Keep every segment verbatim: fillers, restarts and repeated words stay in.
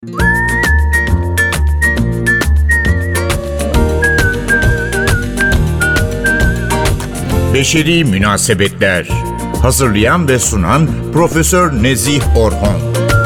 Beşeri Münasebetler. Hazırlayan ve sunan Profesör Nezih Orhon.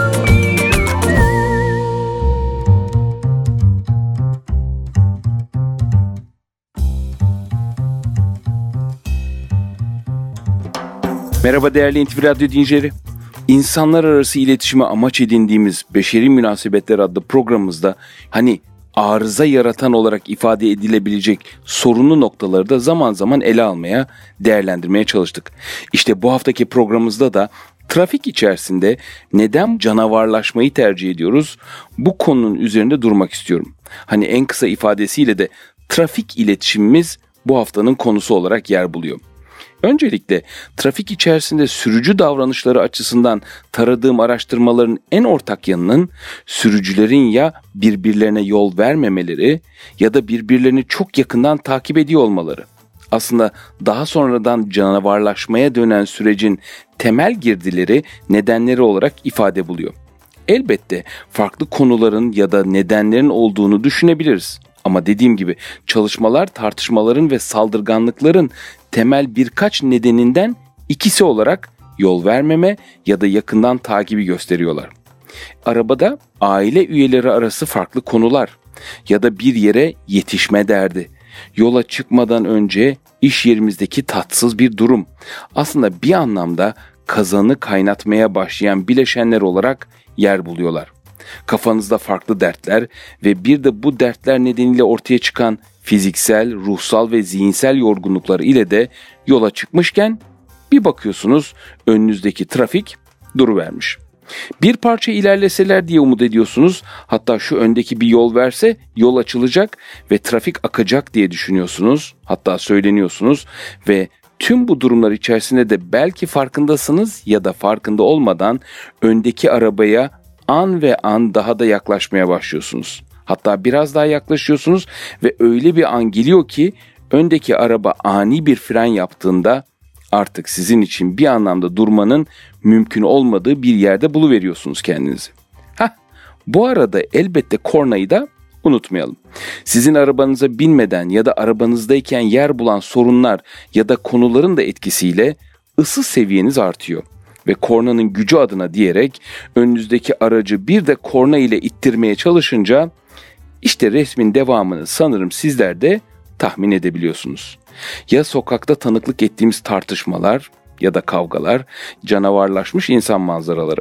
Merhaba değerli N T V Radyo dinleyicileri. İnsanlar arası iletişime amaç edindiğimiz Beşeri Münasebetler adlı programımızda hani arıza yaratan olarak ifade edilebilecek sorunlu noktaları da zaman zaman ele almaya, değerlendirmeye çalıştık. İşte bu haftaki programımızda da trafik içerisinde neden canavarlaşmayı tercih ediyoruz? Bu konunun üzerinde durmak istiyorum. Hani en kısa ifadesiyle de trafik iletişimimiz bu haftanın konusu olarak yer buluyor. Öncelikle trafik içerisinde sürücü davranışları açısından taradığım araştırmaların en ortak yanının sürücülerin ya birbirlerine yol vermemeleri ya da birbirlerini çok yakından takip ediyor olmaları. Aslında daha sonradan canavarlaşmaya dönen sürecin temel girdileri, nedenleri olarak ifade buluyor. Elbette farklı konuların ya da nedenlerin olduğunu düşünebiliriz. Ama dediğim gibi çalışmalar tartışmaların ve saldırganlıkların temel birkaç nedeninden ikisi olarak yol vermeme ya da yakından takibi gösteriyorlar. Arabada aile üyeleri arası farklı konular ya da bir yere yetişme derdi, yola çıkmadan önce iş yerimizdeki tatsız bir durum aslında bir anlamda kazanı kaynatmaya başlayan bileşenler olarak yer buluyorlar. Kafanızda farklı dertler ve bir de bu dertler nedeniyle ortaya çıkan fiziksel, ruhsal ve zihinsel yorgunluklar ile de yola çıkmışken bir bakıyorsunuz önünüzdeki trafik duruvermiş. Bir parça ilerleseler diye umut ediyorsunuz, hatta şu öndeki bir yol verse yol açılacak ve trafik akacak diye düşünüyorsunuz, hatta söyleniyorsunuz ve tüm bu durumlar içerisinde de belki farkındasınız ya da farkında olmadan öndeki arabaya an ve an daha da yaklaşmaya başlıyorsunuz. Hatta biraz daha yaklaşıyorsunuz ve öyle bir an geliyor ki öndeki araba ani bir fren yaptığında artık sizin için bir anlamda durmanın mümkün olmadığı bir yerde buluveriyorsunuz kendinizi. Hah, bu arada elbette kornayı da unutmayalım. Sizin arabanıza binmeden ya da arabanızdayken yer bulan sorunlar ya da konuların da etkisiyle ısı seviyeniz artıyor. Ve kornanın gücü adına diyerek önünüzdeki aracı bir de korna ile ittirmeye çalışınca işte resmin devamını sanırım sizler de tahmin edebiliyorsunuz. Ya sokakta tanıklık ettiğimiz tartışmalar ya da kavgalar, canavarlaşmış insan manzaraları.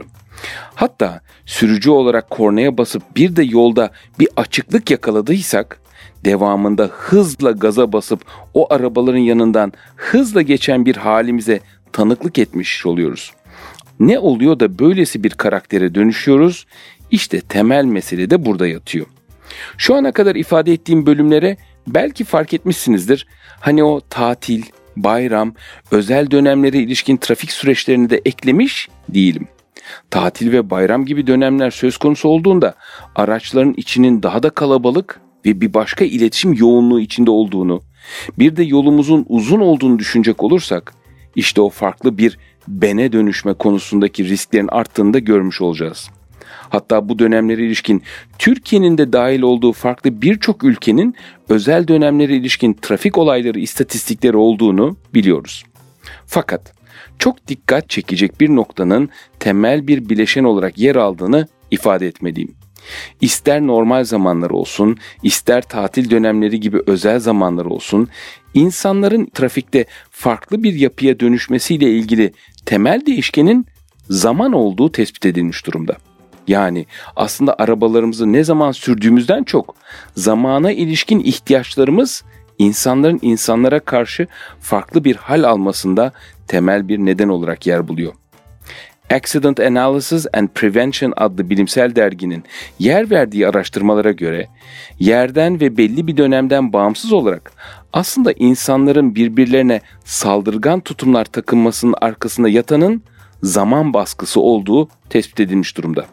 Hatta sürücü olarak kornaya basıp bir de yolda bir açıklık yakaladıysak devamında hızla gaza basıp o arabaların yanından hızla geçen bir halimize tanıklık etmiş oluyoruz. Ne oluyor da böylesi bir karaktere dönüşüyoruz? İşte temel mesele de burada yatıyor. Şu ana kadar ifade ettiğim bölümlere belki fark etmişsinizdir. Hani o tatil, bayram, özel dönemlere ilişkin trafik süreçlerini de eklemiş değilim. Tatil ve bayram gibi dönemler söz konusu olduğunda araçların içinin daha da kalabalık ve bir başka iletişim yoğunluğu içinde olduğunu, bir de yolumuzun uzun olduğunu düşünecek olursak, işte o farklı bir bene dönüşme konusundaki risklerin arttığını da görmüş olacağız. Hatta bu dönemlere ilişkin Türkiye'nin de dahil olduğu farklı birçok ülkenin özel dönemlere ilişkin trafik olayları istatistikleri olduğunu biliyoruz. Fakat çok dikkat çekecek bir noktanın temel bir bileşen olarak yer aldığını ifade etmeliyim. İster normal zamanlar olsun, ister tatil dönemleri gibi özel zamanlar olsun, insanların trafikte farklı bir yapıya dönüşmesiyle ilgili temel değişkenin zaman olduğu tespit edilmiş durumda. Yani aslında arabalarımızı ne zaman sürdüğümüzden çok zamana ilişkin ihtiyaçlarımız insanların insanlara karşı farklı bir hal almasında temel bir neden olarak yer buluyor. Accident Analysis and Prevention adlı bilimsel derginin yer verdiği araştırmalara göre yerden ve belli bir dönemden bağımsız olarak aslında insanların birbirlerine saldırgan tutumlar takınmasının arkasında yatanın zaman baskısı olduğu tespit edilmiş durumda.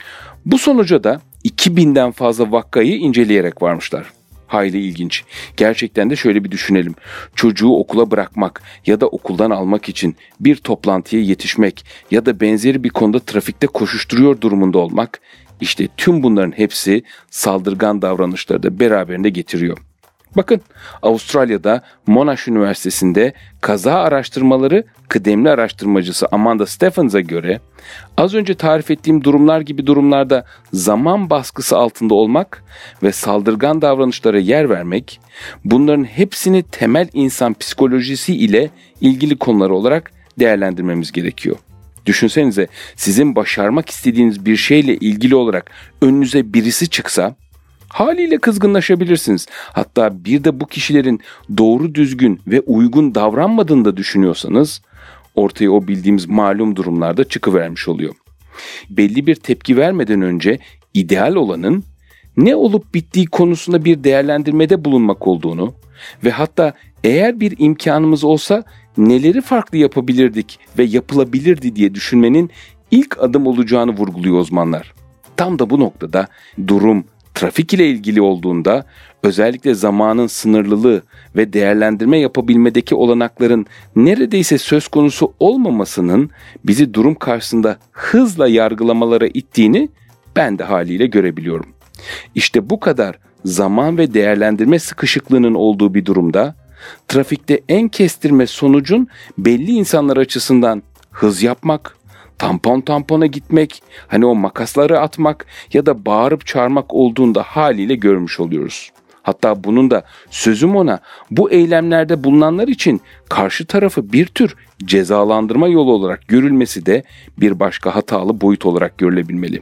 Bu sonuca da iki binden fazla vakayı inceleyerek varmışlar. Hayli ilginç. Gerçekten de şöyle bir düşünelim. Çocuğu okula bırakmak ya da okuldan almak için bir toplantıya yetişmek ya da benzeri bir konuda trafikte koşuşturuyor durumunda olmak İşte tüm bunların hepsi saldırgan davranışları da beraberinde getiriyor. Bakın, Avustralya'da Monash Üniversitesi'nde kaza araştırmaları kıdemli araştırmacısı Amanda Stephens'a göre az önce tarif ettiğim durumlar gibi durumlarda zaman baskısı altında olmak ve saldırgan davranışlara yer vermek, bunların hepsini temel insan psikolojisi ile ilgili konular olarak değerlendirmemiz gerekiyor. Düşünsenize, sizin başarmak istediğiniz bir şeyle ilgili olarak önünüze birisi çıksa haliyle kızgınlaşabilirsiniz. Hatta bir de bu kişilerin doğru düzgün ve uygun davranmadığını da düşünüyorsanız ortaya o bildiğimiz malum durumlarda çıkıvermiş oluyor. Belli bir tepki vermeden önce ideal olanın ne olup bittiği konusunda bir değerlendirmede bulunmak olduğunu ve hatta eğer bir imkanımız olsa neleri farklı yapabilirdik ve yapılabilirdi diye düşünmenin ilk adım olacağını vurguluyor uzmanlar. Tam da bu noktada durum trafik ile ilgili olduğunda özellikle zamanın sınırlılığı ve değerlendirme yapabilmedeki olanakların neredeyse söz konusu olmamasının bizi durum karşısında hızla yargılamalara ittiğini ben de haliyle görebiliyorum. İşte bu kadar zaman ve değerlendirme sıkışıklığının olduğu bir durumda trafikte en kestirme sonucun belli insanlar açısından hız yapmak, tampon tampona gitmek, hani o makasları atmak ya da bağırıp çağırmak olduğunda haliyle görmüş oluyoruz. Hatta bunun da sözüm ona bu eylemlerde bulunanlar için karşı tarafı bir tür cezalandırma yolu olarak görülmesi de bir başka hatalı boyut olarak görülebilmeli.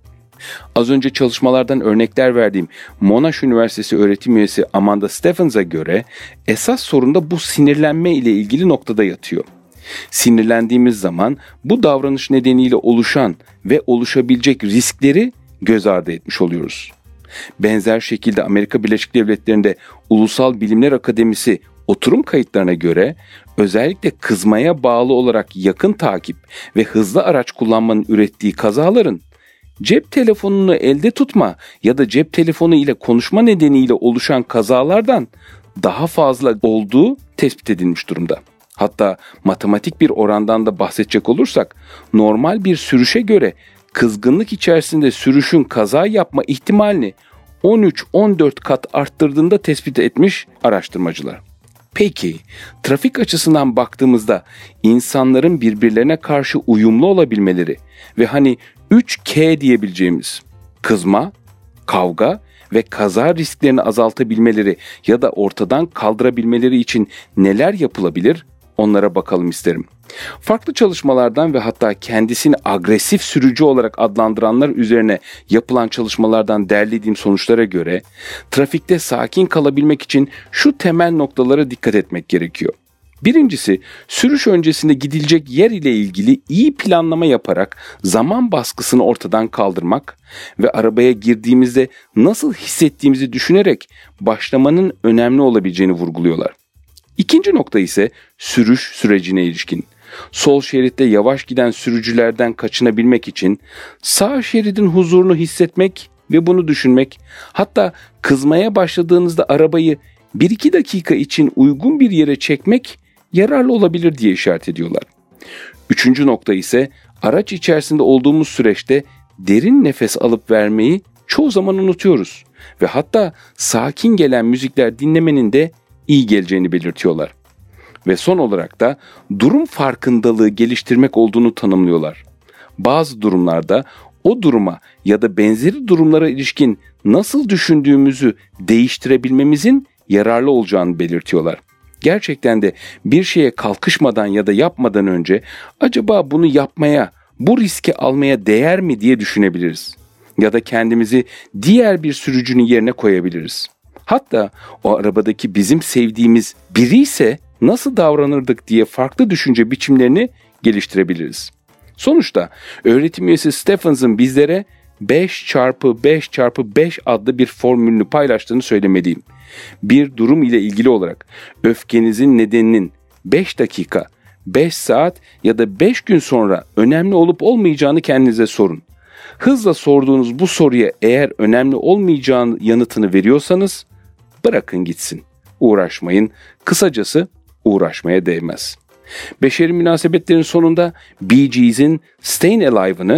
Az önce çalışmalardan örnekler verdiğim Monash Üniversitesi öğretim üyesi Amanda Stephens'a göre esas sorun da bu sinirlenme ile ilgili noktada yatıyor. Sinirlendiğimiz zaman bu davranış nedeniyle oluşan ve oluşabilecek riskleri göz ardı etmiş oluyoruz. Benzer şekilde Amerika Birleşik Devletleri'nde Ulusal Bilimler Akademisi oturum kayıtlarına göre özellikle kızmaya bağlı olarak yakın takip ve hızlı araç kullanmanın ürettiği kazaların cep telefonunu elde tutma ya da cep telefonu ile konuşma nedeniyle oluşan kazalardan daha fazla olduğu tespit edilmiş durumda. Hatta matematik bir orandan da bahsedecek olursak normal bir sürüşe göre kızgınlık içerisinde sürüşün kaza yapma ihtimalini on üç on dört kat arttırdığında tespit etmiş araştırmacılar. Peki, trafik açısından baktığımızda insanların birbirlerine karşı uyumlu olabilmeleri ve hani üç K diyebileceğimiz kızma, kavga ve kaza risklerini azaltabilmeleri ya da ortadan kaldırabilmeleri için neler yapılabilir? Onlara bakalım isterim. Farklı çalışmalardan ve hatta kendisini agresif sürücü olarak adlandıranlar üzerine yapılan çalışmalardan derlediğim sonuçlara göre trafikte sakin kalabilmek için şu temel noktalara dikkat etmek gerekiyor. Birincisi, sürüş öncesinde gidilecek yer ile ilgili iyi planlama yaparak zaman baskısını ortadan kaldırmak ve arabaya girdiğimizde nasıl hissettiğimizi düşünerek başlamanın önemli olabileceğini vurguluyorlar. İkinci nokta ise sürüş sürecine ilişkin. Sol şeritte yavaş giden sürücülerden kaçınabilmek için sağ şeridin huzurunu hissetmek ve bunu düşünmek, hatta kızmaya başladığınızda arabayı bir iki dakika için uygun bir yere çekmek yararlı olabilir diye işaret ediyorlar. Üçüncü nokta ise araç içerisinde olduğumuz süreçte derin nefes alıp vermeyi çoğu zaman unutuyoruz ve hatta sakin gelen müzikler dinlemenin de iyi geleceğini belirtiyorlar. Ve son olarak da durum farkındalığı geliştirmek olduğunu tanımlıyorlar. Bazı durumlarda o duruma ya da benzeri durumlara ilişkin nasıl düşündüğümüzü değiştirebilmemizin yararlı olacağını belirtiyorlar. Gerçekten de bir şeye kalkışmadan ya da yapmadan önce acaba bunu yapmaya, bu riski almaya değer mi diye düşünebiliriz. Ya da kendimizi diğer bir sürücünün yerine koyabiliriz. Hatta o arabadaki bizim sevdiğimiz biri ise nasıl davranırdık diye farklı düşünce biçimlerini geliştirebiliriz. Sonuçta öğretim üyesi Stephens'ın bizlere beş çarpı beş çarpı beş adlı bir formülünü paylaştığını söylemeliyim. Bir durum ile ilgili olarak öfkenizin nedeninin beş dakika, beş saat ya da beş gün sonra önemli olup olmayacağını kendinize sorun. Hızla sorduğunuz bu soruya eğer önemli olmayacağını yanıtını veriyorsanız bırakın gitsin. Uğraşmayın. Kısacası uğraşmaya değmez. Beşeri münasebetlerin sonunda Bee Gees'in Stayin' Alive'ını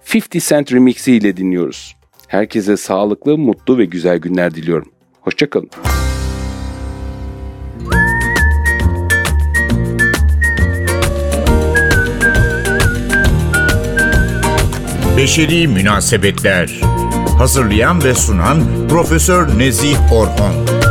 fifty Cent remixi ile dinliyoruz. Herkese sağlıklı, mutlu ve güzel günler diliyorum. Hoşçakalın. Beşeri Münasebetler. Hazırlayan ve sunan Profesör Nezih Orhon.